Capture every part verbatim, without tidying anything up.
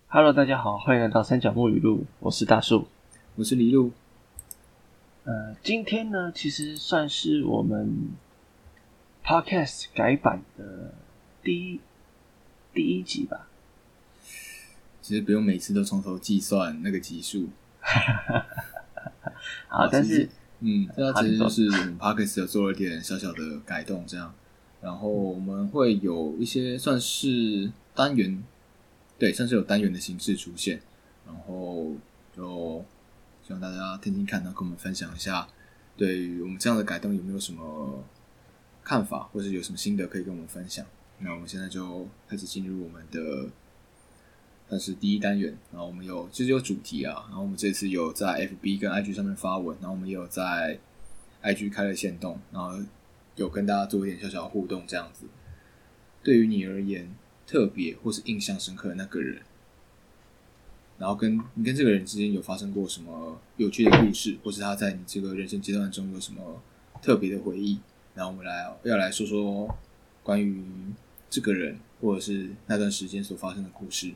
Hello， 大家好，欢迎来到三角木语录，我是大树， 我是黎路。 呃，今天呢，其实算是我们 Podcast 改版的第一第一集吧。 其实不用每次都从头计算那个集数。 好，但是嗯，这其实就是我们 Podcast 有做了点小小的改动，这样。然后我们会有一些算是单元，对，算是有单元的形式出现。然后就希望大家听听看，然后跟我们分享一下，对于我们这样的改动有没有什么看法，或者有什么心得可以跟我们分享。那我们现在就开始进入我们的算是第一单元，然后我们有就是有主题啊，然后我们这次有在 F B 跟 I G 上面发文，然后我们也有在 I G 开了限动，然后有跟大家做一点小小的互动，这样子。对于你而言，特别或是印象深刻的那个人，然后跟你跟这个人之间有发生过什么有趣的故事，或是他在你这个人生阶段中有什么特别的回忆，然后我们来要来说说关于这个人或者是那段时间所发生的故事。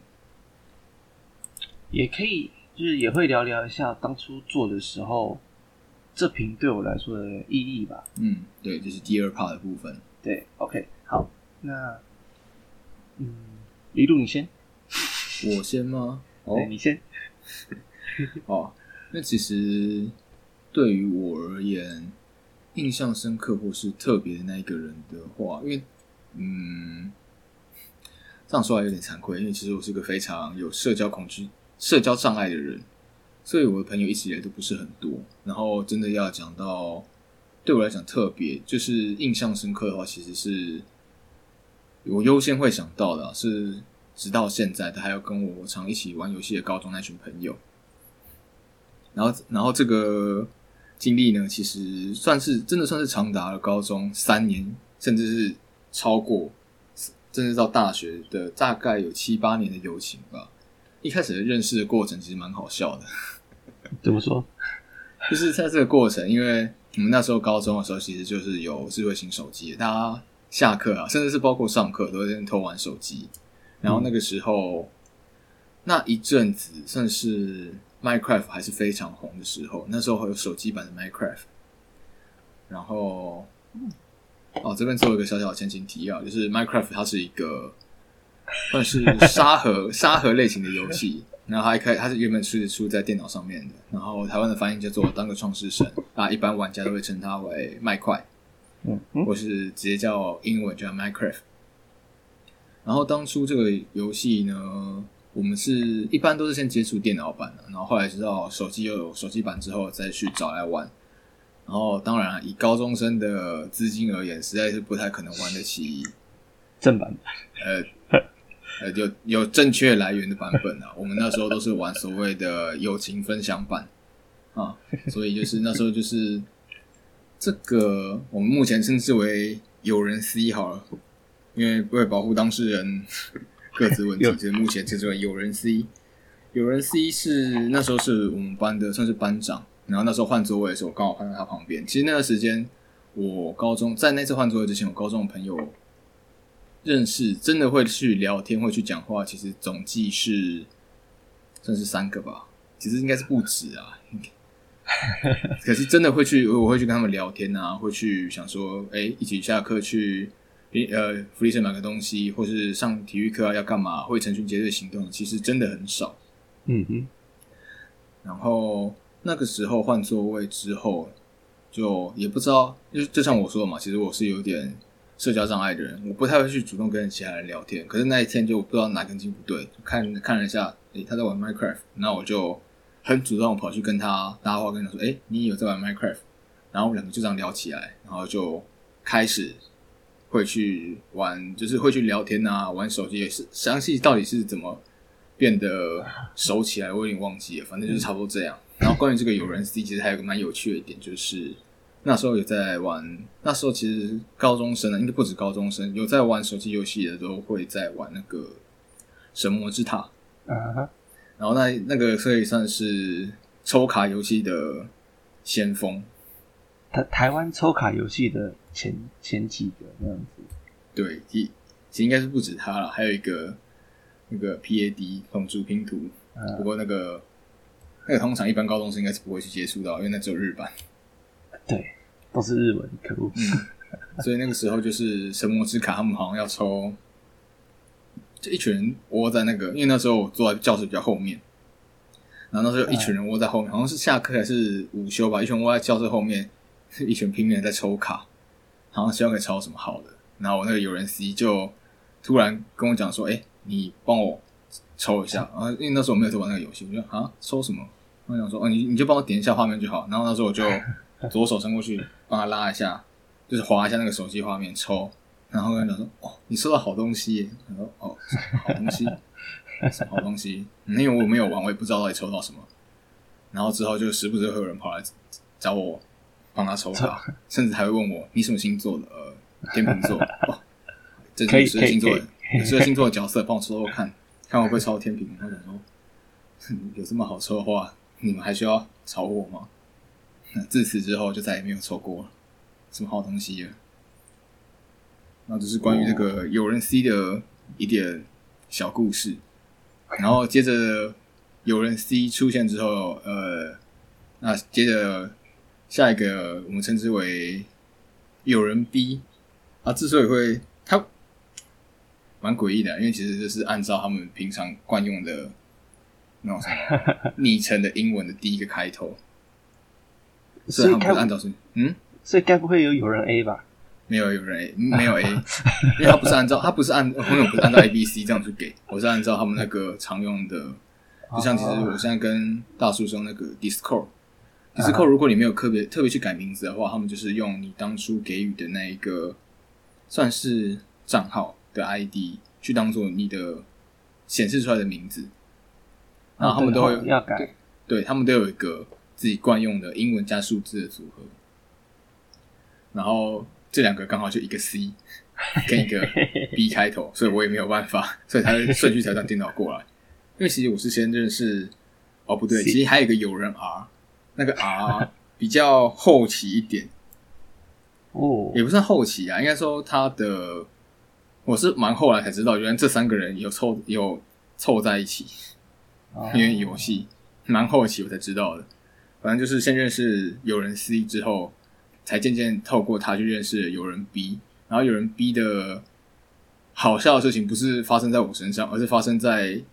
也可以，就是也会聊聊一下当初做的时候，这瓶对我来说的意义吧。 嗯，对，这、就是第二 part 的部分。 对 ，OK， 好，那嗯，黎路你先， 我先吗？哦， 对，你先。 哦，那其实对于我而言，印象深刻或是特别的那一个人的话，因为嗯，这样说来有点惭愧，因为其实我是个非常有社交恐惧、社交障碍的人，所以我的朋友一直以来都不是很多。然后真的要讲到对我来讲特别，就是印象深刻的话，其实是我优先会想到的、啊，是直到现在的还有跟我常一起玩游戏的高中那群朋友。然后，然后这个经历呢，其实算是真的算是长达了高中三年，甚至是超过，甚至到大学的大概有七八年的友情吧。一开始的认识的过程其实蛮好笑的。 怎么说？ 就是在这个过程，因为我们那时候高中的时候，其实就是有智慧型手机，大家下课啊，甚至是包括上课，都会在那边偷玩手机。然后那个时候，嗯、那一阵子算是 Minecraft 还是非常红的时候，那时候还有手机版的 Minecraft。然后，哦，这边做一个小小的前情提要，就是 Minecraft 它是一个算是沙盒沙盒类型的游戏。然后它一开，它是原本是出在电脑上面的，然后台湾的翻译叫做“当个创世神”，啊，一般玩家都会称它为麦块， 嗯嗯， 或是直接叫英文叫 Minecraft。然后当初这个游戏呢，我们是一般都是先接触电脑版的，然后后来知道手机又有手机版之后，再去找来玩。然后当然，以高中生的资金而言，实在是不太可能玩得起正版。 呃。呃，有有正确来源的版本啊，我们那时候都是玩所谓的友情分享版啊，所以就是那时候就是这个我们目前称之为友人 C 好了，因为为保护当事人个资问题，所以目前称之为友人 C。友人 C 是那时候是我们班的算是班长，然后那时候换座位的时候，我刚好换到他旁边。其实那段时间，我高中在那次换座位之前，我高中的朋友认识真的会去聊天会去讲话，其实总计是算是三个吧，其实应该是不止啊。可是真的会去，我会去跟他们聊天啊，会去想说，哎、欸，一起下课去呃福利社买个东西，或是上体育课啊要干嘛，会成群结队行动，其实真的很少。 嗯哼。 然后那个时候换座位之后，就也不知道，就就像我说的嘛，其实我是有点社交障碍的人，我不太会去主动跟其他人聊天。可是那一天就不知道哪根筋不对，就看看了一下，诶、欸，他在玩 Minecraft， 那我就很主动跑去跟他搭话，跟他说：“诶、欸，你有在玩 Minecraft？” 然后我们两个就这样聊起来，然后就开始会去玩，就是会去聊天啊，玩手机也是。详细到底是怎么变得熟起来，我有点忘记了，反正就是差不多这样。然后关于这个友人 C， 其实还有一个蛮有趣的一点，就是那时候有在玩，那时候其实高中生啊，应该不止高中生，有在玩手机游戏的都会在玩那个神魔之塔啊。Uh-huh. 然后那那个可以算是抽卡游戏的先锋， 台台湾抽卡游戏的前前几个那样子。 对，其实应该是不止他了，还有一个那个 P A D 统主拼图， 嗯、 不过那个那个通常一般高中生应该是不会去接触到，因为那只有日版。 对，都是日文，可恶。 嗯，所以那个时候就是神魔之卡，他们好像要抽，就一群人窝在那个，因为那时候我坐在教室比较后面，然后那时候有一群人窝在后面，好像是下课还是午休吧，一群人窝在教室后面，一群拼命的在抽卡，好像希望可以抽到什么好的。然后我那个有人 C 就突然跟我讲说：“哎、欸，你帮我抽一下。”然后因为那时候我没有在玩那个游戏，我就啊抽什么？我想说：“哦，你你就帮我点一下画面就好。”然后那时候我就左手伸过去帮他拉一下，就是滑一下那个手机画面抽。然后跟他讲说：“哦，你收到好东西耶！”他说：“哦，好东西，什么好东西？”因为我没有玩，我也不知道到底抽到什么。然后之后就时不时会有人跑来找我帮他抽卡，甚至还会问我：“你什么星座的？”呃。天秤座，哦，这是十二星座的，有十二星座的角色，帮我抽抽看，看我会不会抽到天秤。我想说，有这么好抽的话，你们还需要吵我吗？那自此之后就再也没有抽过了，什么好东西了。然后这是关于这个有人 C 的一点小故事。然后接着有人 C 出现之后，呃，那接着下一个我们称之为有人 B。啊，之所以会，他蛮诡异的，因为其实这是按照他们平常惯用的那种什么昵称的英文的第一个开头，所以他们不是按照是嗯， 所以该不会有有人 A 吧？ 没有有人 A， 没有 A， 因为他不是按照他不是按我们不是按照 A B C 这样去给，我是按照他们那个常用的，就像其实我现在跟大叔用那个 Discord，Discord 如果你没有特别特别去改名字的话，他们就是用你当初给予的那一个。算是账号的 I D 去当做你的显示出来的名字，然后他们都会、 哦、要改， 对，对他们都有一个自己惯用的英文加数字的组合，然后这两个刚好就一个 C 跟一个 B 开头，所以我也没有办法，所以他的顺序才这样颠倒过来。因为其实我是先认识，哦不对，其实还有一个有人 R， 那个 R 比较后期一点。 哦， 也不算后期啊，应该说他的，我是蛮后来才知道，原来这三个人有凑有凑在一起， 哦、 因为游戏蛮后期我才知道的。反正就是先认识有人 C 之后，才渐渐透过他去认识有人 B， 然后有人 B 的好笑的事情不是发生在我身上，而是发生在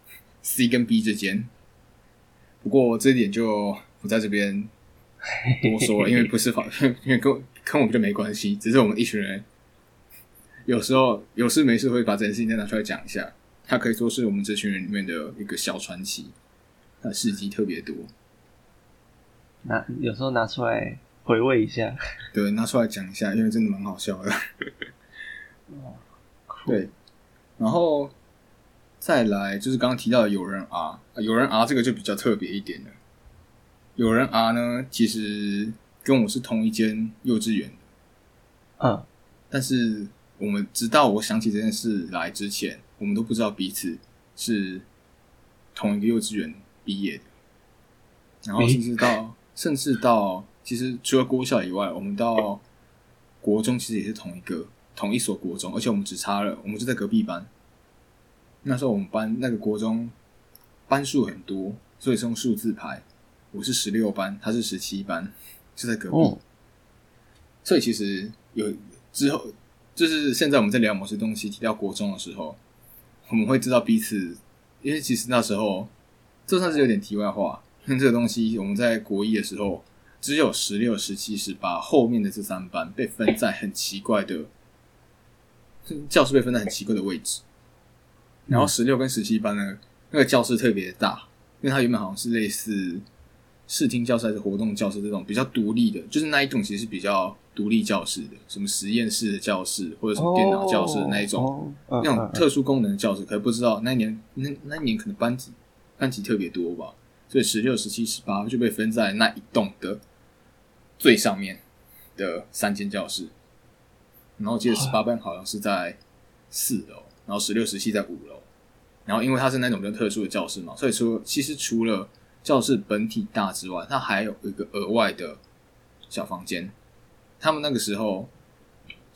C 跟 B 之间。不过这一点就不在这边多说了，因为不是发，因为跟跟我们就没关系，只是我们一群人有时候有事没事会把这件事情再拿出来讲一下。它可以说是我们这群人里面的一个小传奇，它的事迹特别多。 拿有时候拿出来回味一下， 对，拿出来讲一下，因为真的蛮好笑的。对，然后再来就是刚刚提到的有人 R， 有人 R 这个就比较特别一点了。有人 R 呢，其实跟我是同一间幼稚园的， 嗯， 但是我们直到我想起这件事来之前，我们都不知道彼此是同一个幼稚园毕业的。然后甚至到，甚至到，其实除了国小以外，我们到国中其实也是同一个同一所国中，而且我们只差了，我们就在隔壁班。那时候我们班那个国中班数很多，所以是用数字排。我是十六班，他是十七班，就在隔壁。哦、所以其实有之后，就是现在我们在聊某些东西，提到国中的时候，我们会知道彼此，因为其实那时候这算是有点题外话，因为这个东西我们在国一的时候只有十六、十七、十八，后面的这三班被分在很奇怪的教室，被分在很奇怪的位置。然后十六跟十七班呢，那个教室特别大，因为它原本好像是类似视听教室还是活动教室这种比较独立的，就是那一种其实是比较独立教室的，什么实验室的教室或者什么电脑教室的那一种、哦哦、那种特殊功能的教室，可是不知道那一年 那, 那一年可能班级班级特别多吧，所以十六、十七、十八就被分在那一栋的最上面的三间教室。然后我记得十八班好像是在四楼，然后十六、十七在五楼。然后因为它是那种比较特殊的教室嘛，所以说其实除了教室本体大之外，它还有一个额外的小房间。他们那个时候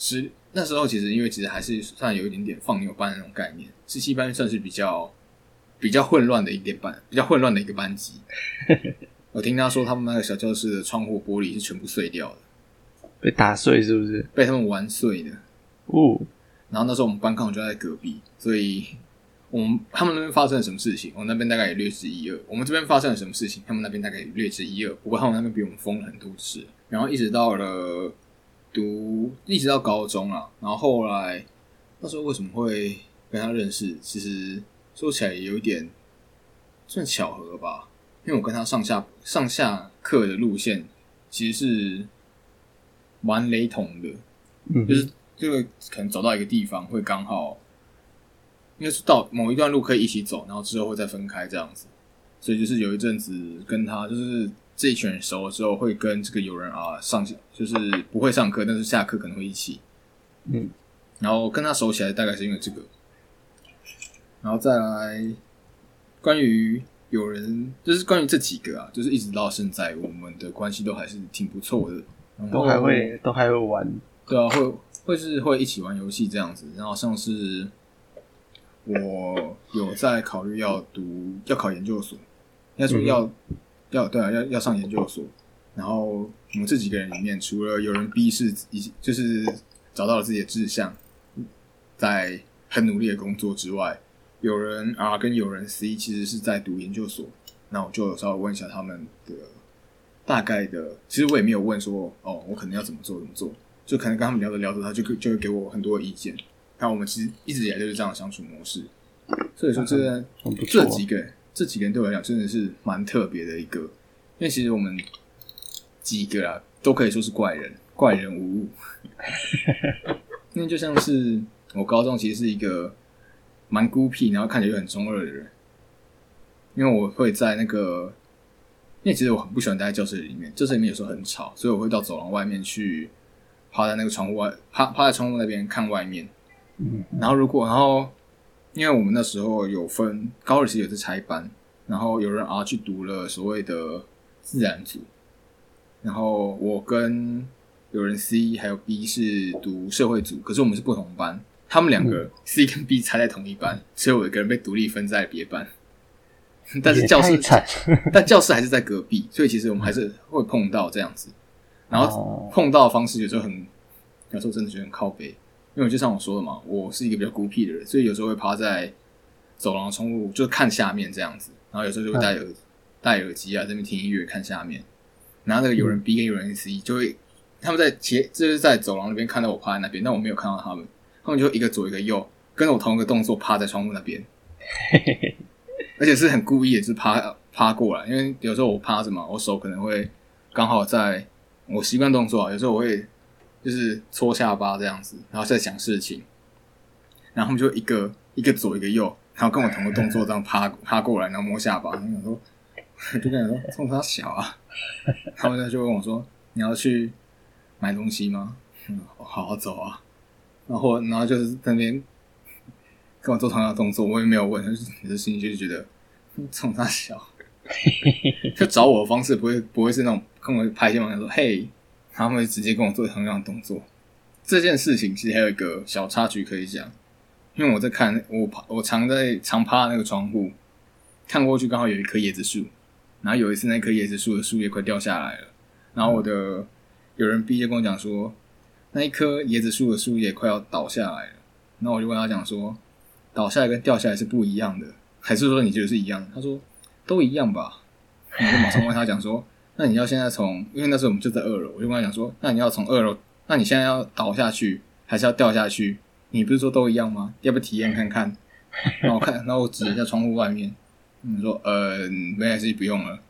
十那时候其实因为其实还是算有一点点放牛班的那种概念，十七班算是比较比较混乱的一点班，比较混乱的一个班级。我听他说他们那个小教室的窗户玻璃是全部碎掉的， 被打碎是不是？ 被他们玩碎的。 哦， 然后那时候我们班刚好就在隔壁，所以我们他们那边发生了什么事情，我们那边大概也略知一二。我们这边发生了什么事情，他们那边大概也略知一二。不过他们那边比我们疯了很多次。然后一直到了读，一直到高中啦。然后后来那时候为什么会跟他认识？其实说起来也有一点算巧合吧，因为我跟他上下上下课的路线其实是蛮雷同的， 嗯， 就是就会可能走到一个地方会刚好，应该是到某一段路可以一起走，然后之后会再分开这样子。所以就是有一阵子跟他就是这一群人熟了之后，会跟这个友人啊上就是不会上课，但是下课可能会一起。 嗯， 然后跟他熟起来大概是因为这个，然后再来关于有人就是关于这几个啊，就是一直到现在我们的关系都还是挺不错的， 都还会都还会玩， 对啊，会会是会一起玩游戏这样子。然后像是我有在考虑要读要考研究所，应该说要、嗯、要对啊要要上研究所。然后我们这几个人里面，除了有人 B 是就是找到了自己的志向，在很努力的工作之外，有人 R 跟有人 C 其实是在读研究所。那我就稍微问一下他们的大概的，其实我也没有问说哦，我可能要怎么做怎么做，就可能跟他们聊着聊着，他就就会给我很多的意见。那我们其实一直以来就是这样的相处模式，所以说这、嗯、这几个这几个人对我来讲真的是蛮特别的一个，因为其实我们几个啊都可以说是怪人，怪人无误。因为就像是我高中其实是一个蛮孤僻，然后看起来又很中二的人，因为我会在那个，因为其实我很不喜欢待在教室里面，教室里面有时候很吵，所以我会到走廊外面去趴在那个窗户外，趴趴在窗户那边看外面。嗯，然后如果然后因为我们那时候有分高二时有在拆班，然后有人 R 去读了所谓的自然组，然后我跟有人 C 还有 B 是读社会组，可是我们是不同班，他们两个 C 跟 B 拆在同一班，所以我一个人被独立分在别班。但是教室但教室还是在隔壁，所以其实我们还是会碰到这样子。然后碰到的方式有时候很有时候真的觉得很靠北，因为就像我说的嘛，我是一个比较孤僻的人，所以有时候会趴在走廊的窗户就看下面这样子，然后有时候就会戴耳戴耳机啊，这边听音乐看下面。然后那个有人 B 跟有人 C 就会他们在斜就是在走廊那边看到我趴在那边，但我没有看到他们，他们就一个左一个右，跟我同一个动作趴在窗户那边。而且是很故意的，就是趴趴过来，因为有时候我趴着嘛，我手可能会刚好在我习惯动作啊，有时候我会就是搓下巴这样子，然后在想事情，然后他们就一个一个左一个右，然后跟我同个动作这样趴趴过来，然后摸下巴，然后说就跟他说冲他小啊，他们就问我说你要去买东西吗？嗯，好好走啊，然后然后就是在那边跟我做同样的动作，我也没有问，就是你的心里就觉得冲他小，就找我的方式不会不会是那种跟我拍肩膀说嘿，他们会直接跟我做同样的动作。这件事情其实还有一个小插曲可以讲，因为我在看我我常在常趴那个窗户看过去，刚好有一棵椰子树，然后有一次那棵椰子树的树叶快掉下来了，然后我的有人 B 就跟我讲说那一棵椰子树的树叶快要倒下来了，然后我就跟他讲说倒下来跟掉下来是不一样的，还是说你觉得是一样的？他说都一样吧。我就马上问他讲说，那你要现在从，因为那时候我们就在二楼，我就跟他讲说，那你要从二楼，那你现在要倒下去还是要掉下去？你不是说都一样吗？要不要体验看看？然后我看，然后我指一下窗户外面，你说呃，没还是不用了，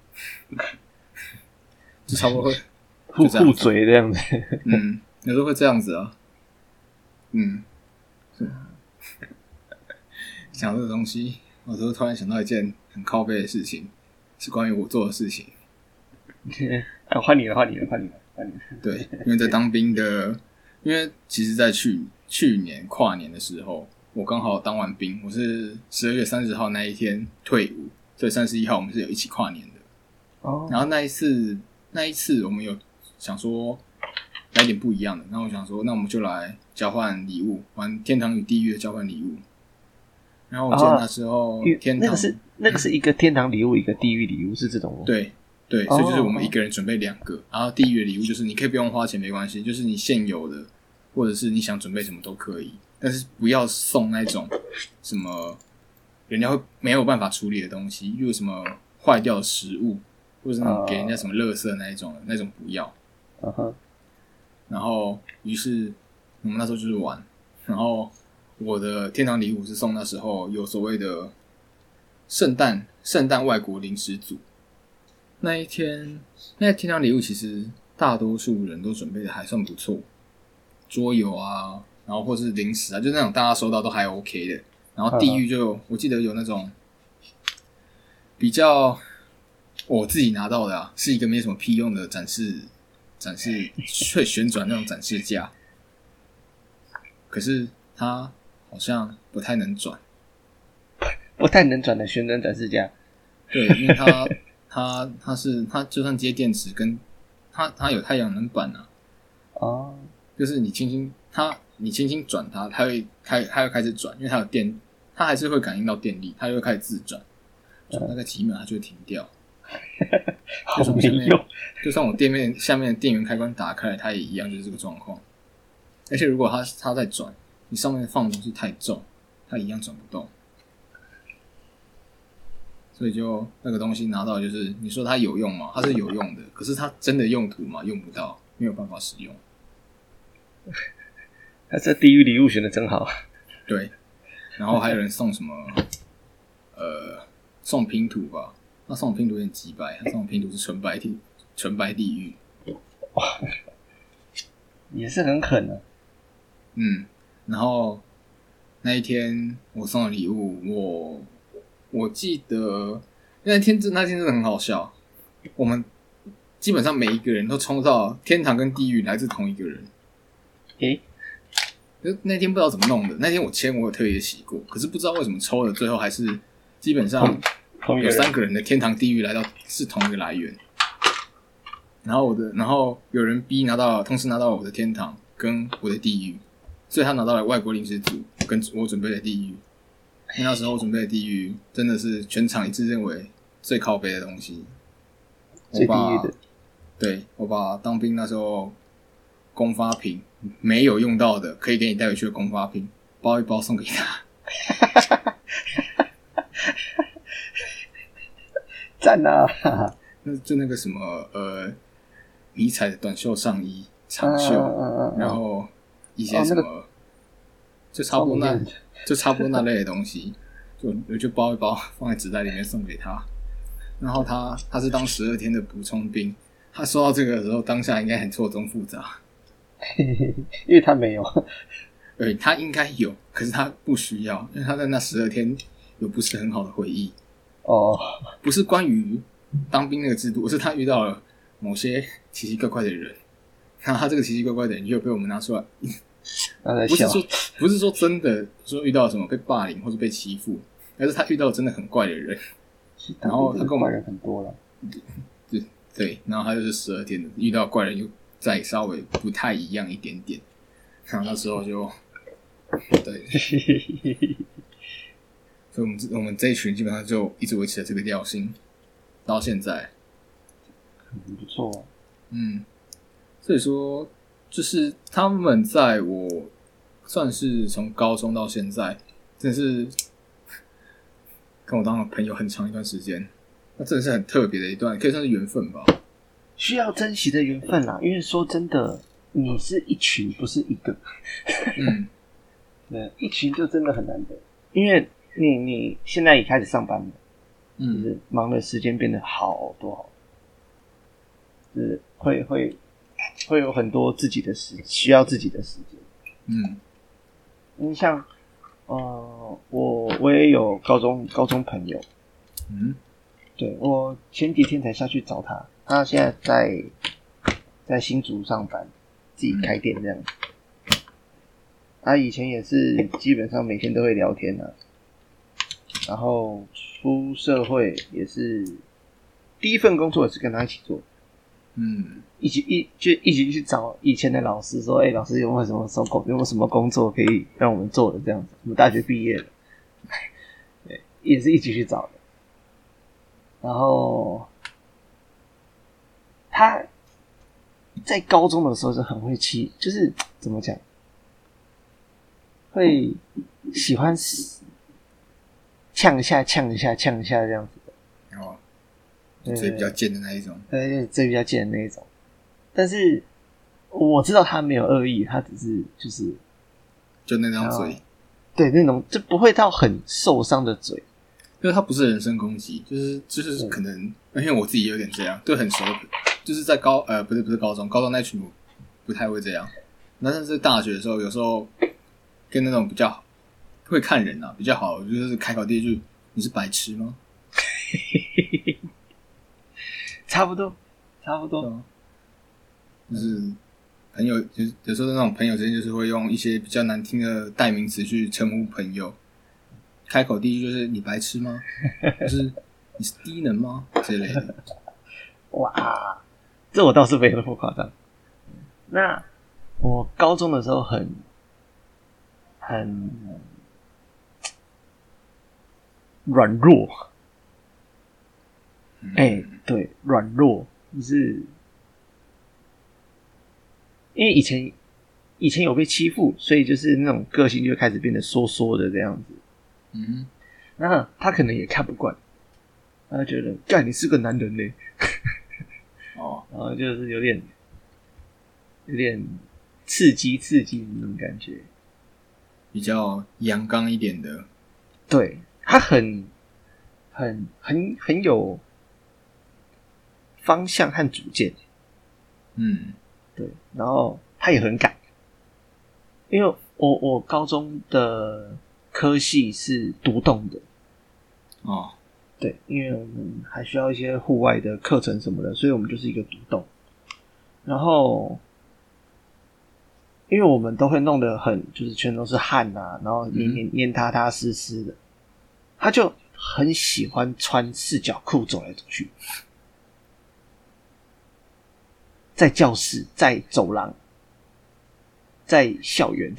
就差不多会互互嘴这样子。 嗯，有时候会这样子啊。嗯。讲这个东西，我都突然想到一件很靠背的事情，是关于我做的事情。 啊，换你了，换你了，换你了，换你了。 对，因为在当兵的，因为其实在去去年跨年的时候，我刚好当完兵，我是十二月三十号那一天退伍，所以三十一号我们是有一起跨年的。哦。然后那一次，那一次我们有想说， 来点不一样的。然后我想说，那我们就来交换礼物，玩天堂与地狱的交换礼物。然后我记得那时候天堂、 哦、那个是那个是一个天堂礼物，一个地狱礼物，是这种吗？ 对对，所以就是我们一个人准备两个，然后地狱的礼物就是你可以不用花钱没关系，就是你现有的或者是你想准备什么都可以，但是不要送那种什么人家会没有办法处理的东西，例如什么坏掉的食物，或者是那种给人家什么垃圾那一种的那种不要。 嗯哼。 然后于是我们那时候就是玩，然后我的天堂礼物是送那时候有所谓的圣诞圣诞外国零食组。那一天那天堂礼物其实大多数人都准备的还算不错，桌游啊，然后或是零食啊，就是那种大家收到都还 OK 的。然后地狱就我记得有那种比较我自己拿到的啊，是一个没什么屁用的展示展示会旋转那种展示架，可是它好像不太能转， 不太能转的旋转展示架。 对，因为它它它是它就算接电池跟它它有太阳能板啊， 哦， 就是你轻轻它你轻轻转它，它会开它会开始转，因为它有电，它还是会感应到电力，它就会开始自转，转大概几秒它就会停掉。 好没用， 就算我店面下面的电源开关打开，它也一样，就是这个状况。而且如果它它在转，你上面放的东西太重，它一样转不动。所以就那个东西拿到，就是你说它有用吗？它是有用的，可是它真的用途吗？用不到，没有办法使用。 他这地狱礼物选的真好。 对，然后还有人送什么？呃，送拼图吧。他送我拼图有点鸡掰，他送我拼图是纯白地纯白地狱。 哇，也是很狠的、啊。 嗯，然后那一天我送的礼物，我我记得那天那天真的很好笑。我们基本上每一个人都抽到天堂跟地狱来自同一个人。 诶、 欸，那天不知道怎么弄的，那天我签我有特别洗过，可是不知道为什么抽的最后还是基本上有三个人的天堂地狱来到是同一个来源。然后我的，然后有人 B 拿到，同时拿到我的天堂跟我的地狱，所以他拿到了外国零食组跟我准备的地狱。因为那时候我准备的地狱真的是全场一致认为最靠北的东西。 最地狱的。 对，我把当兵那时候公发品没有用到的，可以给你带回去的公发品包一包送给他。 赞啊！ 那就那个什么呃，迷彩的短袖上衣、长袖， 嗯嗯嗯嗯、 然后一些什么，哦那個、就差不多那，就差不多那类的东西，就我就包一包放在纸袋里面送给他。然后他他是当十二天的补充兵，他收到这个的时候，当下应该很错综复杂， 因为他没有， 对，他应该有，可是他不需要，因为他在那十二天有不是很好的回忆。哦，不是关于当兵那个制度，而是他遇到了某些奇奇怪怪的人，那他这个奇奇怪怪的人又被我们拿出来，不是说不是说真的说遇到什么被霸凌或者被欺负，而是他遇到了真的很怪的人，然后他跟我们怪人很多了， 对对，然后他就是十二天的遇到怪人又再稍微不太一样一点点，然后那时候就对。所以我们我们这一群基本上就一直维持了这个调性，到现在， 很不错、啊。 嗯，所以说就是他们在我算是从高中到现在，真的是跟我当了朋友很长一段时间，那真的是很特别的一段，可以算是缘分吧。 需要珍惜的缘分啦，因为说真的，你是一群，不是一个。嗯，对，一群就真的很难得，因为。你你现在也开始上班了，嗯，就是忙的时间变得好多好多，就是会会会有很多自己的时需要自己的时间，嗯，你像呃我我也有高中高中朋友，嗯，对我前几天才下去找他，他现在在在新竹上班，自己开店这样，他以前也是基本上每天都会聊天啊。然后出社会也是第一份工作也是跟他一起做， 嗯， 一起一就一起去找以前的老师说，哎、欸，老师有没有什么什么工有没有什么工作可以让我们做的这样子？我们大学毕业了，对，也是一起去找的。然后他在高中的时候是很会欺，就是怎么讲，会喜欢呛一下、呛一下、呛一下这样子的。 哦，嘴比较贱的那一种， 对，嘴比较贱的那一种。但是我知道他没有恶意，他只是就是就那张嘴， 对，那种就不会到很受伤的嘴。 因为他不是人身攻击，就是就是可能，因为我自己也有点这样，对很熟，就是在高呃不是不是高中，高中那群我不太会这样。那但是大学的时候，有时候跟那种比较会看人啊比较好，就是开口第一句你是白痴吗？ 差不多，差不多。 就是朋友，就是有时候那种朋友之间，就是会用一些比较难听的代名词去称呼朋友。开口第一句就是你白痴吗？就是你是低能吗？之类的。 哇，这我倒是没有那么夸张。那我高中的时候很很软弱，哎、嗯欸，对，软弱就是因为以前以前有被欺负，所以就是那种个性就开始变得缩缩的这样子。 嗯， 那他可能也看不惯，他觉得干你是个男人呢， 哦， 然后就是有点有点刺激刺激的那种感觉， 比较阳刚一点的。 对，他很很很很有方向和主见， 嗯， 对，然后他也很敢，因为我我高中的科系是独栋的哦， 对，因为我们还需要一些户外的课程什么的，所以我们就是一个独栋。然后，因为我们都会弄得很，就是全都是汗啊，然后黏黏黏踏踏湿湿的，他就很喜欢穿四角裤走来走去，在教室，在走廊，在校园。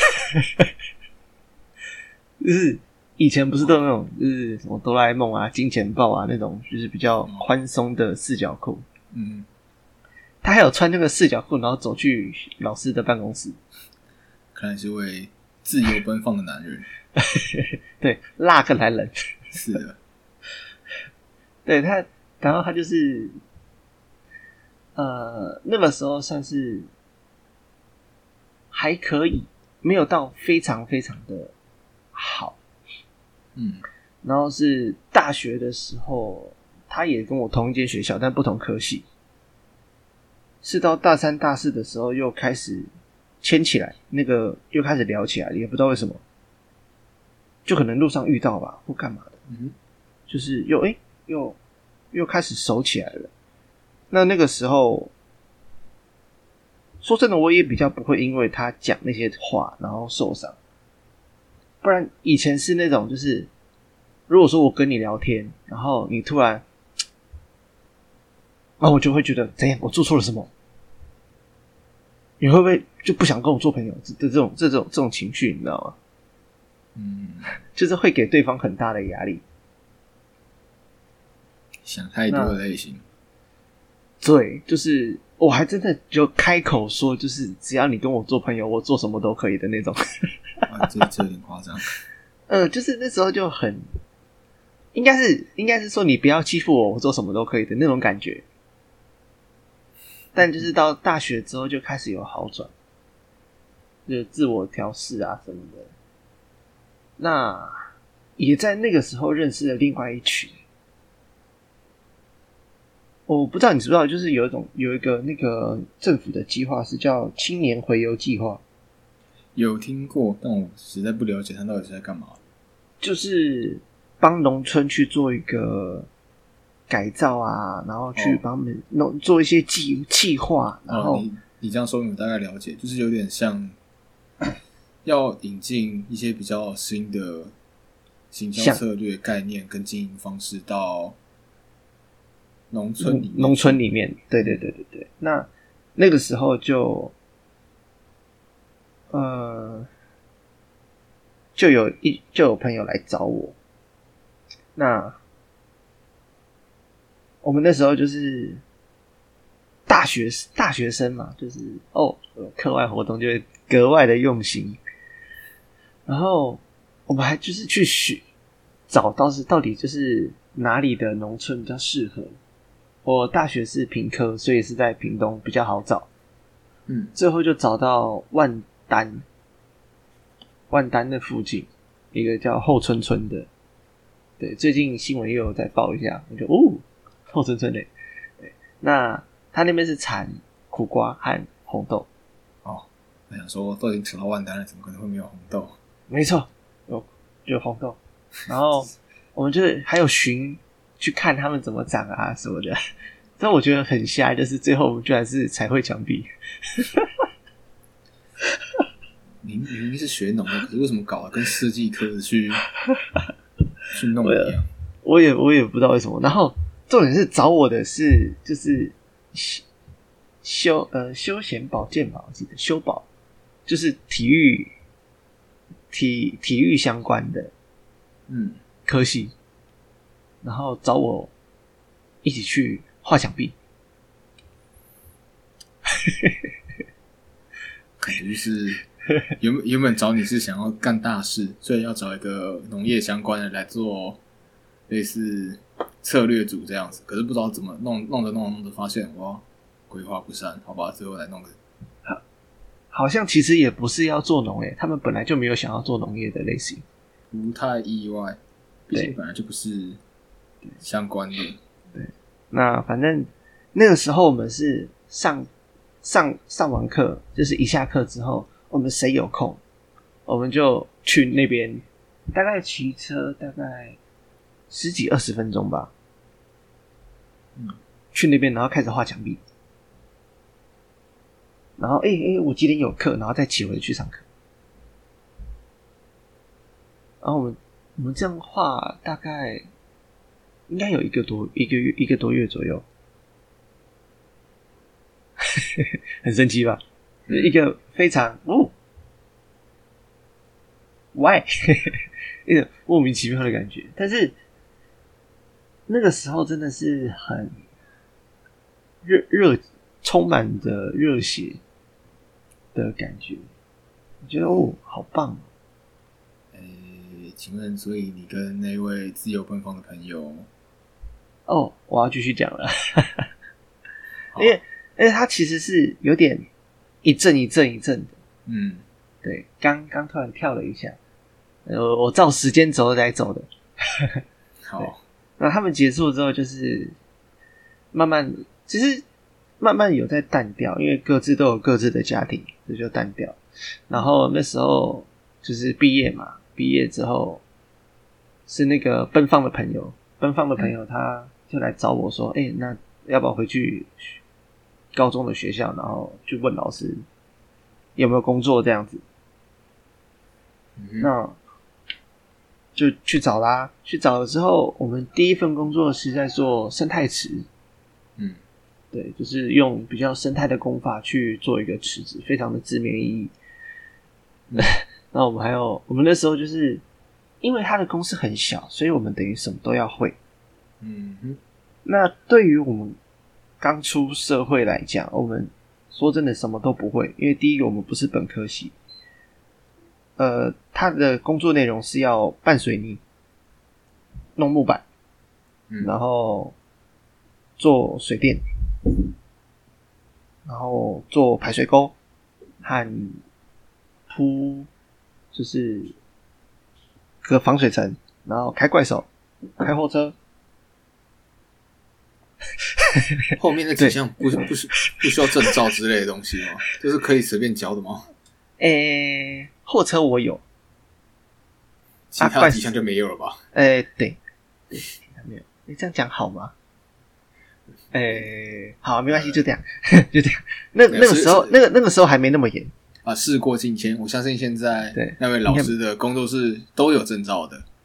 就是以前不是都有那种，就是什么哆啦 A 梦啊、金钱豹啊那种，就是比较宽松的四角裤。 嗯， 他还有穿那个四角裤，然后走去老师的办公室。 看来是位自由奔放的男人。 对，辣个男人。 是的。 对他，然后他就是，呃，那个时候算是还可以，没有到非常非常的。好， 嗯， 然后是大学的时候，他也跟我同一间学校，但不同科系。是到大三、大四的时候，又开始牵起来，那个又开始聊起来了，也不知道为什么，就可能路上遇到吧，或干嘛的， 嗯， 就是又哎、欸、又又开始熟起来了。那那个时候，说真的，我也比较不会因为他讲那些话然后受伤。不然以前是那种就是如果说我跟你聊天，然后你突然啊，我就会觉得怎样，我做错了什么？你会不会就不想跟我做朋友的这种这种这种情绪，你知道吗？ 嗯， 就是会给对方很大的压力， 想太多的类型。 对，就是我还真的就开口说，就是只要你跟我做朋友，我做什么都可以的那种。 啊，这这有点夸张。 呃，就是那时候就很，应该是应该是说你不要欺负我，我做什么都可以的那种感觉。但就是到大学之后就开始有好转，就自我调试啊什么的。那也在那个时候认识了另外一群。我不知道你知不知道，就是有一种有一个那个政府的计划是叫青年回游计划。 有听过，但我实在不了解他到底是在干嘛。 就是帮农村去做一个改造啊，然后去帮他们弄做一些计计划，然后、 哦、你你这样说明我大概了解，就是有点像要引进一些比较新的行销策略概念跟经营方式到农村里面， 农村里面，对对对对对。那那个时候就，呃，就有一就有朋友来找我。那我们那时候就是大学大学生嘛，就是哦，课外活动就会格外的用心。然后我们还就是去学找到是到底就是哪里的农村比较适合。我大学是屏科，所以是在屏东比较好找。 嗯， 最后就找到万丹，万丹的附近一个叫后村村的。对，最近新闻又有在报一下，我就哦，后村村嘞。对，那他那边是产苦瓜和红豆。 哦，我想说都已经扯到万丹了，怎么可能会没有红豆？ 没错，有有红豆。然后我们就是还有寻去看他们怎么长啊什么的。但我觉得很瞎，就是最后我们居然是彩绘墙壁。 明明明是学农的，可是为什么搞得跟设计科的去去弄一样？ 我也我也不知道为什么。然后重点是找我的是就是休呃休闲保健吧，我记得休保就是体育体体育相关的嗯科系，然后找我一起去画墙壁。 感觉就是原本原本找你是想要干大事，所以要找一个农业相关的来做类似策略组这样子，可是不知道怎么弄，弄着弄着弄着发现哇规划不善，好吧，最后来弄个好，好像其实也不是要做农业，他们本来就没有想要做农业的类型， 不太意外，毕竟本来就不是相关的。 对，那反正那个时候我们是上上上完课，就是一下课之后，我们谁有空，我们就去那边，大概骑车大概十几二十分钟吧， 嗯， 去那边然后开始画墙壁，然后哎哎、欸欸，我几点有课，然后再骑回去上课，然后我们我们这样画大概应该有一个多一个月一个多月左右。很神奇吧？一个非常哦 ，why 一种莫名其妙的感觉。但是那个时候真的是很热热，充满着热血的感觉。我觉得哦，好棒哦！ 诶，请问，所以你跟那位自由奔放的朋友？ 哦，我要继续讲了，因为。因为它其实是有点一阵一阵一阵的， 嗯， 对，刚刚突然跳了一下，呃，我照时间轴来走的。 好， 那他们结束之后，就是慢慢，其实慢慢有在淡掉，因为各自都有各自的家庭，这就淡掉。然后那时候就是毕业嘛，毕业之后是那个奔放的朋友，奔放的朋友他就来找我说：“哎、欸，那要不要回去？”高中的学校，然后就问老师有没有工作这样子，嗯、那就去找啦。去找了之後，我们第一份工作是在做生态池， 嗯， 对，就是用比较生态的工法去做一个池子，非常的字面意义。嗯、那我们还有，我们那时候就是因为它的公司很小，所以我们等于什么都要会。 嗯哼， 那对于我们刚出社会来讲，我们说真的什么都不会，因为第一个我们不是本科系，呃，他的工作内容是要拌水泥、弄木板， 嗯、 然后做水电，然后做排水沟和铺就是隔防水层，然后开怪手、开货车。 后面那几项不是不是不需要证照之类的东西吗？就是可以随便教的吗？ 诶、欸，货车我有， 其他几项就没有了吧？ 诶、啊欸，对，对，没有。你这样讲好吗？诶、欸，好，没关系，就这样，就这样。那那个时候，那个那个时候还没那么严啊。事过境迁，我相信现在对那位老师的工作室都有证照的。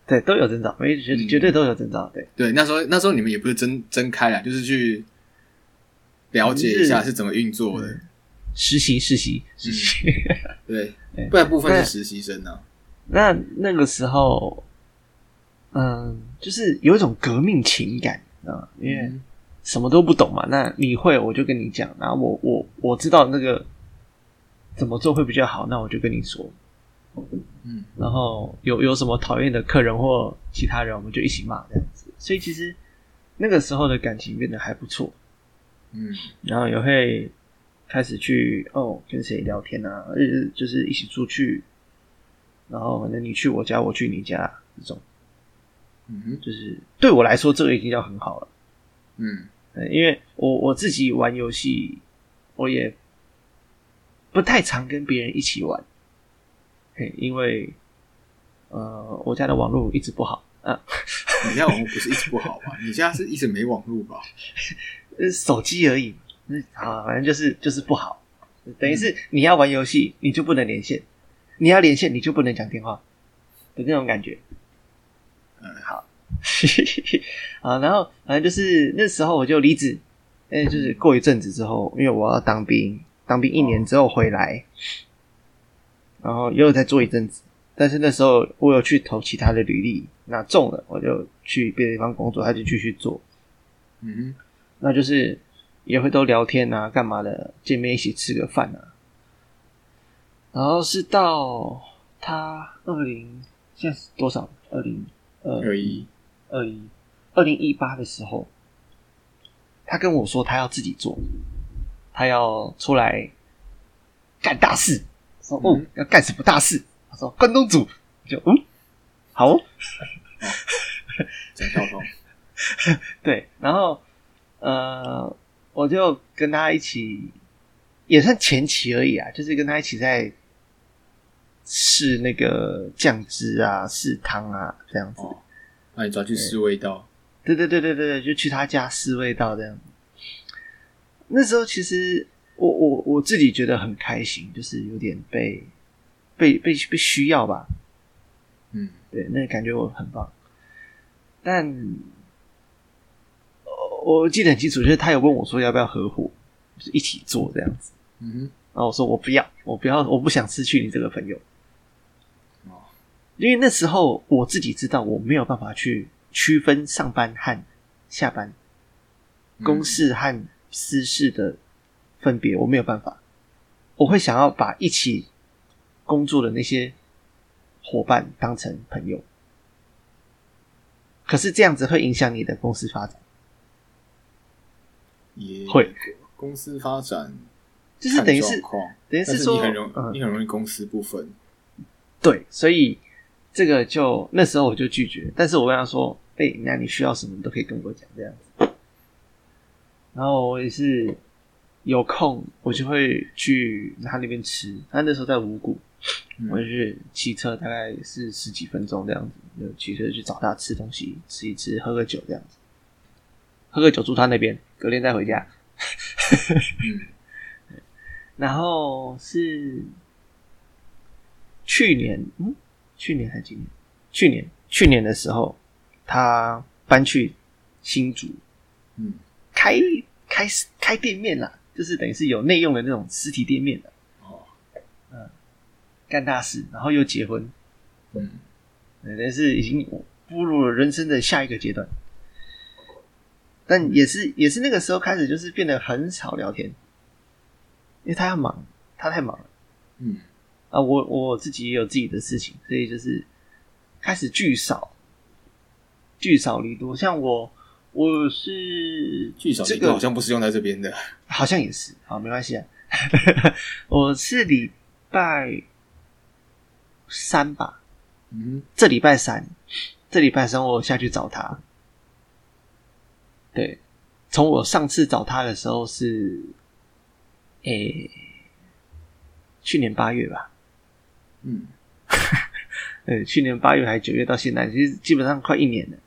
对，都有征兆，没绝绝对都有征兆。对对，那时候那时候你们也不是真真开啦，就是去了解一下是怎么运作的。 实习实习实习， 嗯、对，不然部分是实习生啊。 那那个时候，嗯，就是有一种革命情感啊，因为什么都不懂嘛。那你会，我就跟你讲，然后我我我知道那个怎么做会比较好，那我就跟你说。嗯，然后有有什么讨厌的客人或其他人，我们就一起骂这样子。所以其实那个时候的感情变得还不错。嗯，然后也会开始去哦跟谁聊天啊，日就是一起出去，然后可能你去我家，我去你家这种。嗯哼，就是对我来说，这个已经叫很好了。嗯，因为我我自己玩游戏，我也不太常跟别人一起玩。嘿，因为呃，我家的网络一直不好啊。 你家网络不是一直不好吧？你家是一直没网络吧？ 手机而已。啊，反正就是就是不好。等于是你要玩游戏，你就不能连线；你要连线，你就不能讲电话的那种感觉。嗯，好。啊，然后反正就是那时候我就离职，哎，就是过一阵子之后，因为我要当兵，当兵一年之后回来。然后又再做一阵子，但是那时候我有去投其他的履历，那中了我就去别的地方工作，他就继续做。嗯哼，那就是也会都聊天啊，干嘛的，见面一起吃个饭啊。然后是到他二零现在是多少？二零二一二一二零一八的时候，他跟我说他要自己做，他要出来干大事。说哦，要干什么大事？他说关东煮，就嗯，好哦， 真跳动。 对，然后呃，我就跟他一起，也算前期而已啊，就是跟他一起在试那个酱汁啊，试汤啊，这样子。哦， 那你抓去试味道？ 对对对对对，就去他家试味道这样子。那时候其实。我我我自己觉得很开心，就是有点被被被被需要吧，嗯，对，那个感觉我很棒。但我记得很清楚，就是他有问我说要不要合伙，就是一起做这样子。嗯哼，然后我说我不要，我不要，我不想失去你这个朋友。哦，因为那时候我自己知道我没有办法去区分上班和下班，公事和私事的。分别我没有办法，我会想要把一起工作的那些伙伴当成朋友，可是这样子会影响你的公司发展， 也会公司发展就是等于是等于是说你很容、嗯、你很容易公私不分， 对，所以这个就那时候我就拒绝，但是我跟他说，哎、欸，那你需要什么你都可以跟我讲这样子，然后我也是。有空我就会去他那边吃，他那时候在五股，嗯、我就去骑车，大概是十几分钟这样子，就骑车去找他吃东西，吃一吃，喝个酒这样子，喝个酒住他那边，隔天再回家。嗯、然后是去年，嗯，去年还是今年？去年，去年的时候，他搬去新竹，嗯，开开开店面啦。就是等于是有内用的那种实体店面的哦，嗯，干大事，然后又结婚，嗯，等于是已经步入了人生的下一个阶段，但也是也是那个时候开始，就是变得很少聊天，因为他要忙，他太忙了，嗯，啊，我我自己也有自己的事情，所以就是开始聚少，聚少离多，像我。我是聚少离多，好像不是用在这边的， 好像也是，好，没关系啊。我是礼拜三吧，嗯，这礼拜三，这礼拜三我下去找他。对，从我上次找他的时候是，诶、欸，去年八月吧，嗯，对，去年八月还九月到现在，其实基本上快一年了。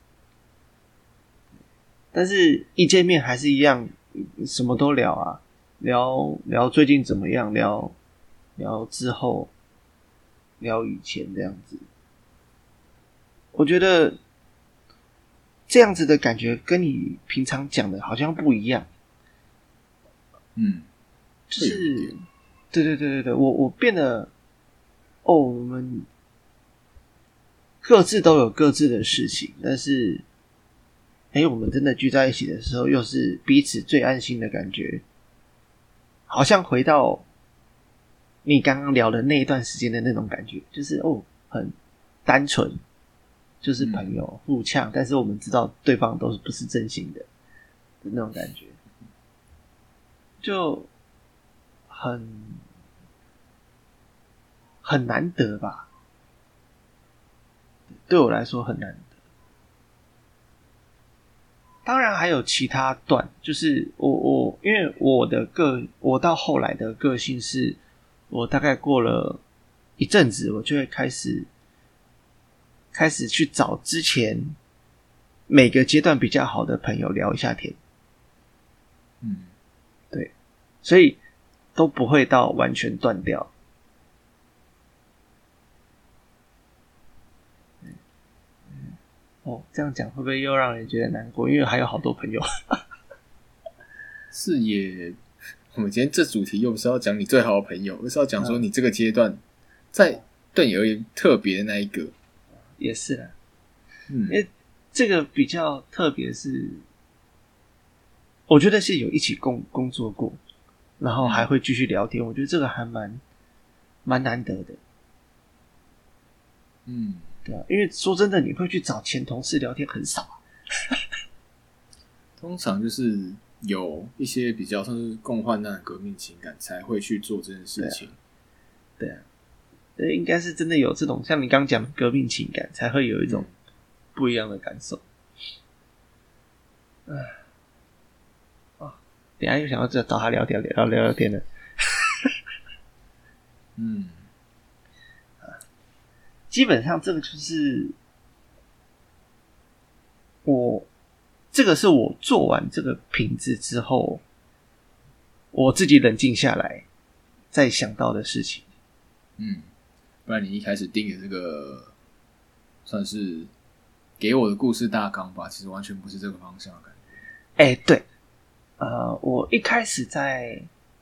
但是一见面还是一样，什么都聊啊，聊聊最近怎么样，聊聊之后，聊以前这样子。 我觉得这样子的感觉跟你平常讲的好像不一样。 嗯， 就是对对对对对，我我变得哦，我们各自都有各自的事情，但是哎，我们真的聚在一起的时候，又是彼此最安心的感觉，好像回到你刚刚聊的那一段时间的那种感觉，就是哦，很单纯，就是朋友互呛，但是我们知道对方都是不是真心的的那种感觉，就很很难得吧，对我来说很难得。当然还有其他段，就是我我因为我的个我到后来的个性是，我大概过了一阵子，我就会开始开始去找之前每个阶段比较好的朋友聊一下天。 嗯， 对，所以都不会到完全断掉。哦，这样讲会不会又让人觉得难过？因为还有好多朋友。 是也，我们今天这主题又不是要讲你最好的朋友，而是要讲说你这个阶段在对你而言特别的那一个。 也是啦， 嗯， 因为这个比较特别是，我觉得是有一起工工作过，然后还会继续聊天，我觉得这个还蛮蛮难得的。 嗯。 对啊，因为说真的，你会去找前同事聊天很少啊。 通常就是有一些比较像是共患难的革命情感，才会去做这件事情。 对啊，对啊，应该是真的有这种像你刚刚讲的革命情感，才会有一种不一样的感受。嗯，啊，等一下又想要找他聊天，聊聊聊天了。 嗯。 基本上这个就是我，这个是我做完这个品质之后，我自己冷静下来再想到的事情。 嗯，不然你一开始定的这个算是给我的故事大纲吧，其实完全不是这个方向的感觉。 哎、欸，对，呃，我一开始在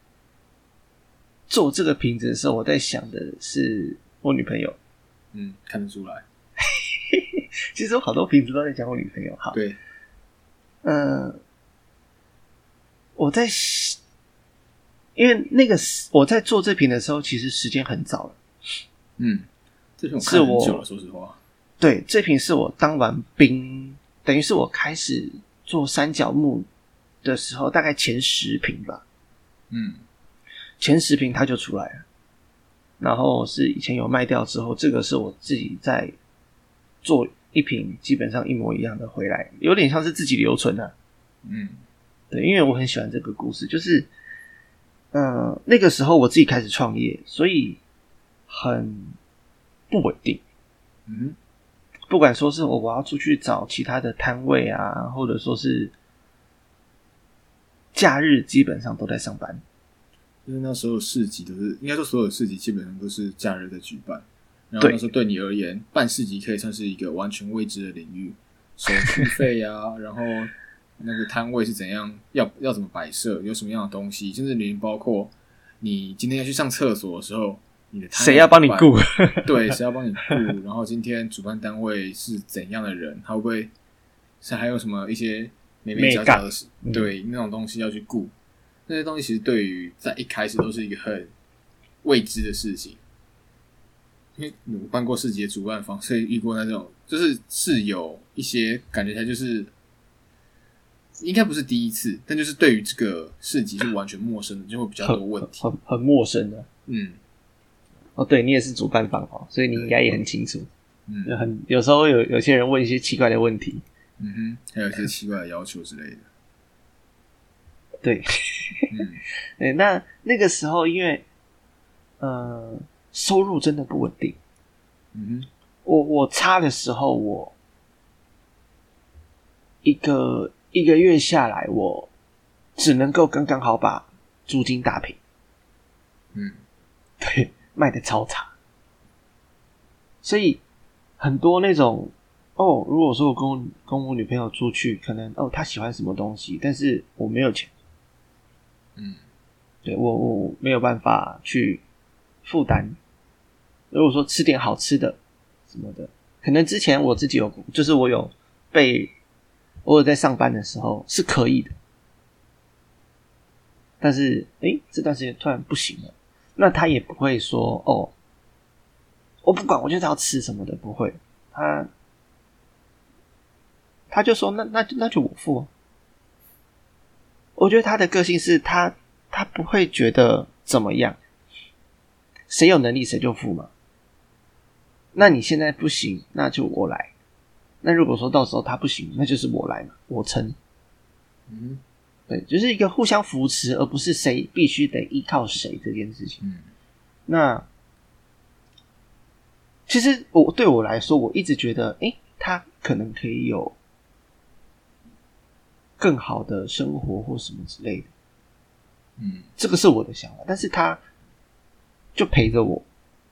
做这个品质的时候，我在想的是我女朋友。 嗯，看得出来。 其实我好多瓶子都在讲我女朋友。好， 对， 嗯、呃，我在，因为那个我在做这瓶的时候，其实时间很早了。 嗯，这瓶我看很久了，说实话。 对，这瓶是我当完兵，等于是我开始做三角木的时候，大概前十瓶吧。 嗯， 前十瓶它就出来了。然后是以前有卖掉之后，这个是我自己在做一瓶基本上一模一样的回来，有点像是自己留存啊。 嗯， 对，因为我很喜欢这个故事，就是呃那个时候我自己开始创业，所以很不稳定。 嗯， 不管说是我我要出去找其他的摊位啊，或者说是假日基本上都在上班。 因为那时候市集都是，应该说所有市集基本上都是假日在举办，然后那时候对你而言，办市集可以算是一个完全未知的领域，手续费啊，然后那个摊位是怎样，要要怎么摆设，有什么样的东西，甚至连包括你今天要去上厕所的时时候，你的摊位谁要帮你顾？ 对，谁要帮你顾？然后今天主办单位是怎样的人？他会不会是还有什么一些眉眉角角的事？对，那种东西要去顾。那些东西其实对于在一开始都是一个很未知的事情，因为我办过市集的主办方，所以遇过那种就是是有一些感觉起来就是应该不是第一次，但就是对于这个市集是完全陌生的，就会比较多问题， 很很很陌生的。 嗯， 哦，对你也是主办方哦，所以你应该也很清楚。 嗯， 有很有时候有有些人问一些奇怪的问题， 嗯哼，还有一些奇怪的要求之类的。 对， 嗯， 对，那那个时候因为呃收入真的不稳定， 嗯哼， 我我差的时候，我一个一个月下来，我只能够刚刚好把租金打平， 嗯， 对，卖的超差，所以很多那种哦，如果说我跟我跟我女朋友出去，可能哦她喜欢什么东西，但是我没有钱， 嗯， 对我我没有办法去负担。如果说吃点好吃的什么的，可能之前我自己有，就是我有被我有在上班的时候是可以的，但是诶这段时间突然不行了，那他也不会说哦，我不管，我就是要吃什么的，不会，他他就说那那那就我付啊。我觉得他的个性是他他不会觉得怎么样，谁有能力谁就付嘛。那你现在不行，那就我来。那如果说到时候他不行，那就是我来嘛，我撑。 嗯， 对，就是一个互相扶持，而不是谁必须得依靠谁这件事情。 嗯， 那其实我对我来说，我一直觉得，诶，他可能可以有更好的生活或什么之类的。 嗯， 这个是我的想法，但是他就陪着我，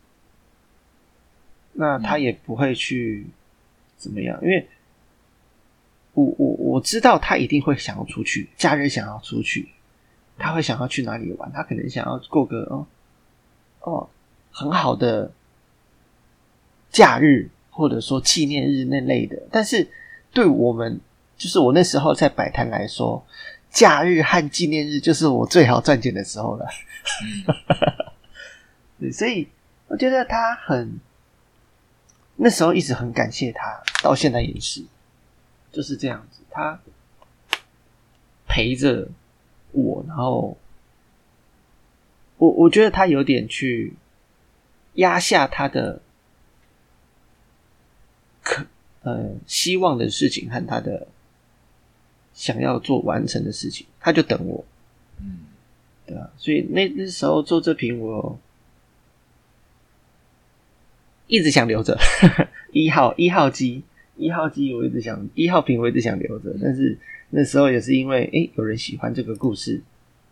那他也不会去怎么样，因为我我我知道他一定会想要出去，假日想要出去，他会想要去哪里玩，他可能想要过个哦哦很好的假日，或者说纪念日那类的。但是对我们，就是我那时候在摆摊来说，假日和纪念日就是我最好赚钱的时候了。对，所以我觉得他很，那时候一直很感谢他，到现在也是，就是这样子，他陪着我，然后我我觉得他有点去压下他的可呃希望的事情和他的想要做完成的事情，他就等我， 嗯， 对啊，所以那那时候做这瓶我一直想留着一号一号机一号机我一直想一号瓶我一直想留着，但是那时候也是因为诶有人喜欢这个故事，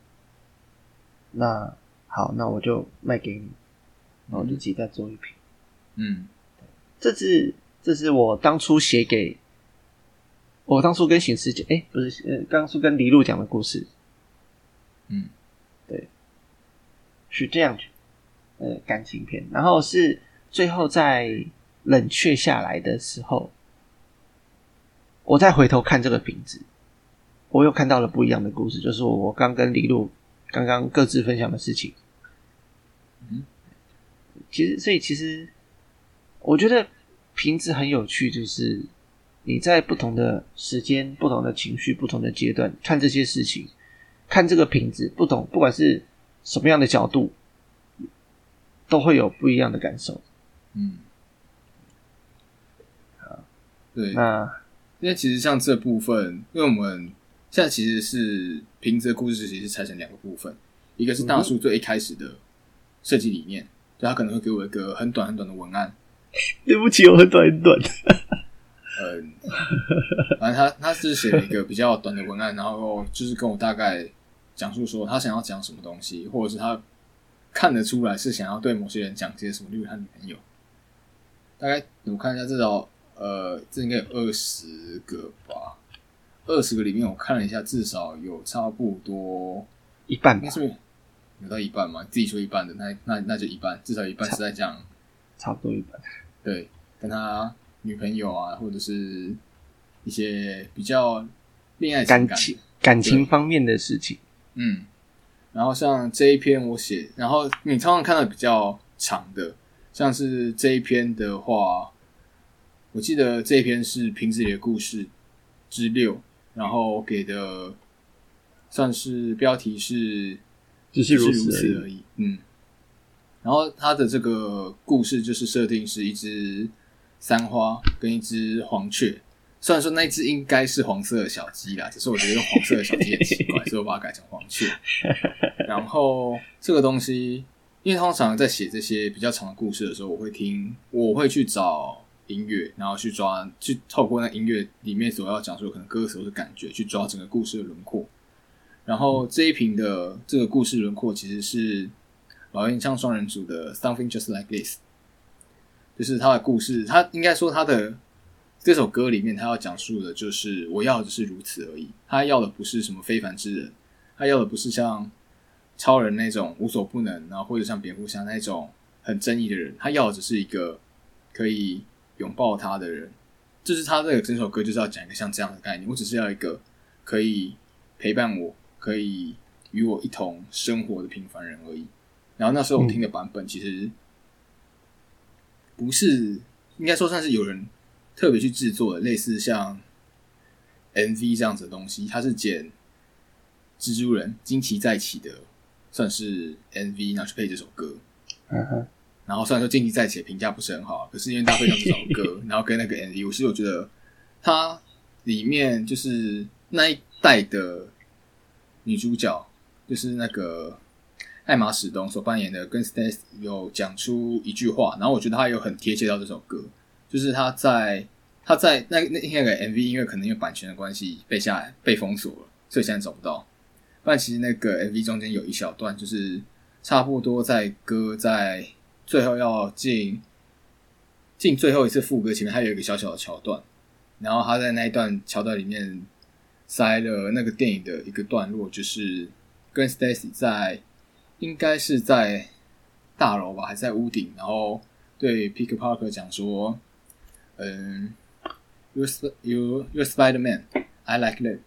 那好，那我就卖给你，然后我就自己再做一瓶。 嗯， 这是这是我当初写给我当初跟醒师讲，诶不是呃当初跟黎路讲的故事。 嗯， 对，是这样子，呃感情片，然后是最后在冷却下来的时候，我再回头看这个瓶子，我又看到了不一样的故事，就是我刚跟黎路刚刚各自分享的事情。 嗯， 其实所以其实我觉得瓶子很有趣，就是你在不同的时间、不同的情绪、不同的阶段看这些事情，看这个瓶子，不同不管是什么样的角度，都会有不一样的感受。 嗯， 好， 对， 那因为其实像这部分，因为我们现在其实是瓶子的故事，其实是拆成两个部分，一个是大树最一开始的设计理念，就他可能会给我一个很短很短的文案。 对不起，我很短很短。 嗯，反正他他是写了一个比较短的文案，然后就是跟我大概讲述说他想要讲什么东西，或者是他看得出来是想要对某些人讲些什么，例如他女朋友。大概我看一下，至少呃，这应该有二十个吧。二十个里面，我看了一下，至少有差不多一半吧， 是有到一半吗？自己说一半的，那那那就一半，至少一半是在讲， 差不多一半。 对，跟他女朋友啊，或者是一些比较恋爱情感感情感情方面的事情。 嗯，然后像这一篇我写，然后你常常看到比较长的，像是这一篇的话，我记得这一篇是瓶子里的故事之六，然后给的算是标题是只是如此此而已。嗯，然后它的这个故事就是设定是一只三花跟一只黄雀，虽然说那一只应该是黄色的小鸡啦，只是我觉得用黄色的小鸡很奇怪，所以我把它改成黄雀。然后这个东西，因为通常在写这些比较长的故事的时候，我会听，我会去找音乐，然后去抓，去透过那音乐里面所要讲述的可能歌词或是感觉，去抓整个故事的轮廓。然后这一瓶的这个故事轮廓其实是老烟枪双人组的 Something Just Like This， 就是他的故事，他应该说他的这首歌里面他要讲述的就是我要的是如此而已，他要的不是什么非凡之人，他要的不是像超人那种无所不能，然后或者像蝙蝠侠那种很正义的人，他要的只是一个可以拥抱他的人。就是他这个整首歌就是要讲一个像这样的概念，我只是要一个可以陪伴我，可以与我一同生活的平凡人而已。然后那时候我听的版本其实不是，应该说算是有人特别去制作的，类似像 M V 这样子的东西，它是剪蜘蛛人惊奇再起的，算是 M V， 然后去配这首歌。 嗯哼。 然后虽然说惊奇再起的评价不是很好，可是因为搭配上这首歌，然后跟那个 M V， 我其实我觉得它里面就是那一代的女主角，就是那个艾玛史东所扮演的跟 Stacy 有讲出一句话，然后我觉得她有很贴切到这首歌，就是她在她在那那那个 M V 音乐可能因为版权的关系被下来被封锁了，所以现在找不到。不然其实那个 M V 中间有一小段，就是差不多在歌在最后要进进最后一次副歌前面，还有一个小小的桥段，然后他在那一段桥段里面塞了那个电影的一个段落，就是跟 Stacy 在应该是在大楼吧，还是在屋顶，然后对 Peter Parker 讲说，嗯 ，You're you you're Spider-Man, I like that,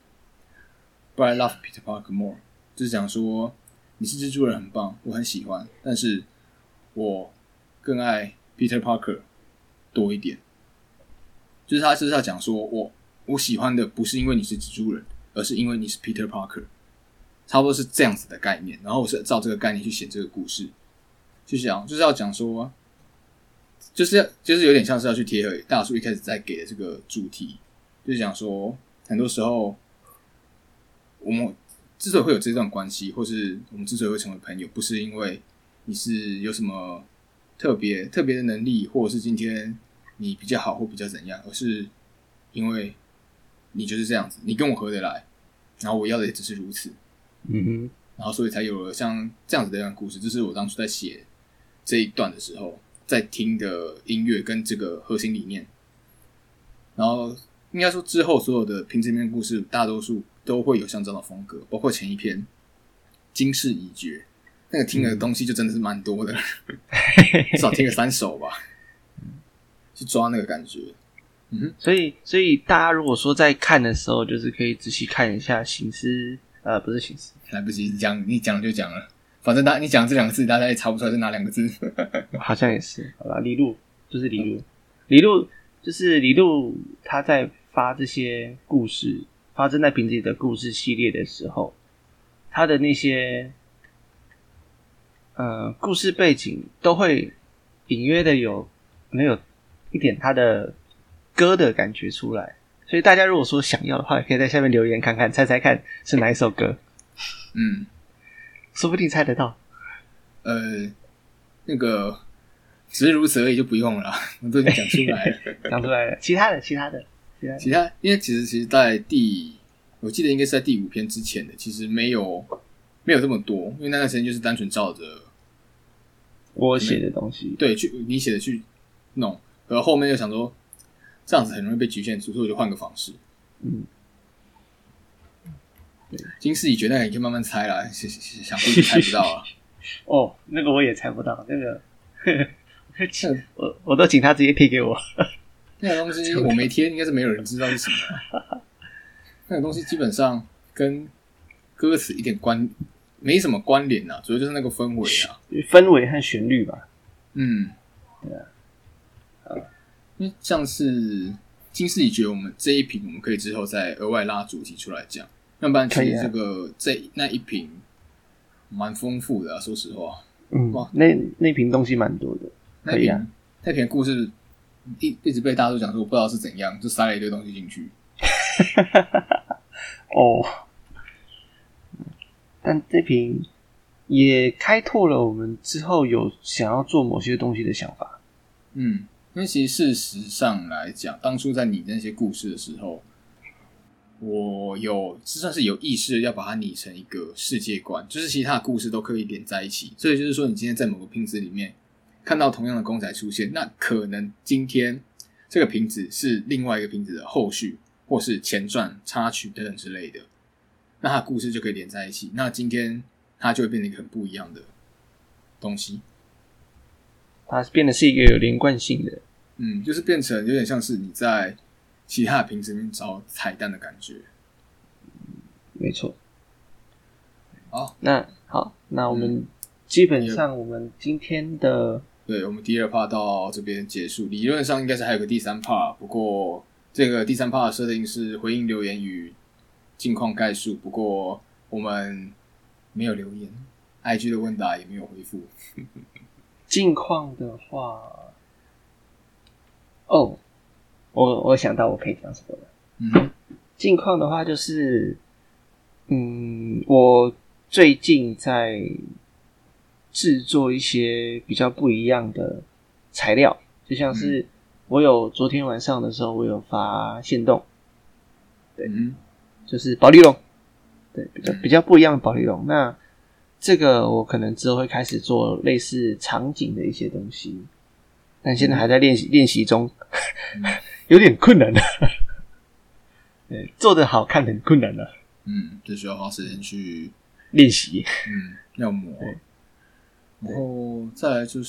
but I love Peter Parker more， 就是讲说你是蜘蛛人很棒，我很喜欢，但是我更爱 Peter Parker 多一点。就是他就是要讲说我我喜欢的不是因为你是蜘蛛人，而是因为你是 Peter Parker， 差不多是这样子的概念。然后我是照这个概念去写这个故事，就想就是要讲说，就是就是有点像是要去贴合大叔一开始在给的这个主题，就是讲说很多时候我们之所以会有这段关系，或是我们之所以会成为朋友，不是因为你是有什么特别特别的能力，或者是今天你比较好或比较怎样，而是因为你就是这样子，你跟我合得来，然后我要的也只是如此。 嗯哼， 然后所以才有了像这样子的一段故事。这是我当初在写这一段的时候在听的音乐跟这个核心理念。然后应该说之后所有的平行面故事大多数都会有像这样的风格，包括前一篇惊世已决，那个听的东西就真的是蛮多的，至少听了三首吧，去抓那个感觉。嗯哼， 所以所以大家如果说在看的时候，就是可以仔细看一下行尸，呃，不是行尸， 来不及讲，你讲就讲了，反正大你讲这两个字，大家也查不出来是哪两个字。 好像也是，好吧，李路就是李路，李路就是李路，他在发这些故事，发正在瓶子里的故事系列的时候，他的那些呃故事背景都会隐约的有没有一点他的歌的感觉出来，所以大家如果说想要的话，也可以在下面留言看看，猜猜看是哪一首歌。 嗯， 说不定猜得到。 呃，那个只是如此而已就不用了啦，我都已经讲出来了， 讲出来了。其他的，其他的，其他的， 其他，因为其实其实，在第我记得应该是在第五篇之前的，其实没有没有这么多，因为那段时间就是单纯照着我写的东西， 对，去你写的去弄，而后面就想说这样子很容易被局限住，所以我就换个方式。 嗯， 对，金世已决，那个你可以慢慢猜啦，想不就猜不到啊。 哦，那个我也猜不到，那个我我都请他直接贴给我。 那个东西我没贴，应该是没有人知道是什么。那个东西基本上跟歌词一点关没什么关联啊，主要就是那个氛围啊， 氛围和旋律吧。 嗯， 对啊， 啊，因为像是金世已决，我们这一瓶我们可以之后再额外拉主题出来讲，要不然其实这个、啊、这那一瓶蛮丰富的啊，说实话。 嗯，哇，那那瓶东西蛮多的，可以啊。 那瓶故事一一直被大家都讲说，我不知道是怎样，就塞了一堆东西进去。 哦，但这瓶也开拓了我们之后有想要做某些东西的想法。 嗯，因为其实事实上来讲，当初在拟那些故事的时候，我有就算是有意识的要把它拟成一个世界观，就是其他的故事都可以连在一起。所以就是说，你今天在某个拼子里面看到同样的公仔出现，那可能今天这个瓶子是另外一个瓶子的后续，或是前传、插曲等等之类的，那它的故事就可以连在一起。那今天它就会变成一个很不一样的东西， 它变得是一个有连贯性的， 嗯，就是变成有点像是你在其他的瓶子里面找彩蛋的感觉。 没错。 好， 那好，那我们基本上我们今天的、嗯、 对，我们第二 part 到这边结束。理论上应该是还有个第三 part， 不过这个第三 part 的设定是回应留言与近况概述，不过我们没有留言 ，I G 的问答也没有回复。 近况的话，哦，我我想到我可以讲什么了。 嗯， 近况的话就是，嗯，我最近在制作一些比较不一样的材料，就像是我有昨天晚上的时候，我有发限动，对， 嗯， 就是保丽龙，对，比较比较不一样的保丽龙。那这个我可能之后会开始做类似场景的一些东西，但现在还在练习练习中，有点困难的。对，做得好看很困难的。 嗯，就需要花时间去练习。 嗯，要磨。然后再来就是，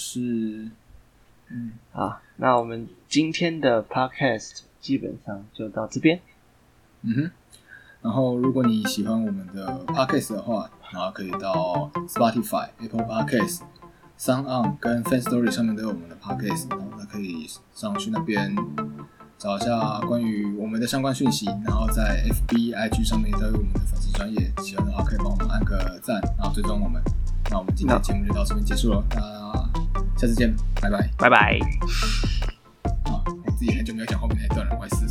嗯， 好，那我们今天的 podcast 基本上就到这边。 嗯哼。然后，如果你喜欢我们的 podcast 的话，然后可以到 Spotify、Apple Podcasts、SoundOn 跟 Fanstory 上面都有我们的 podcast， 然后可以上去那边找一下关于我们的相关讯息，然后在 F B、I G 上面都有我们的粉丝专页，喜欢的话可以帮我们按个赞，然后追踪我们。那我们今天的节目就到这边结束了，大家下次见，拜拜， 拜拜。 啊，我自己很久没有讲后面那一段了，不好意思。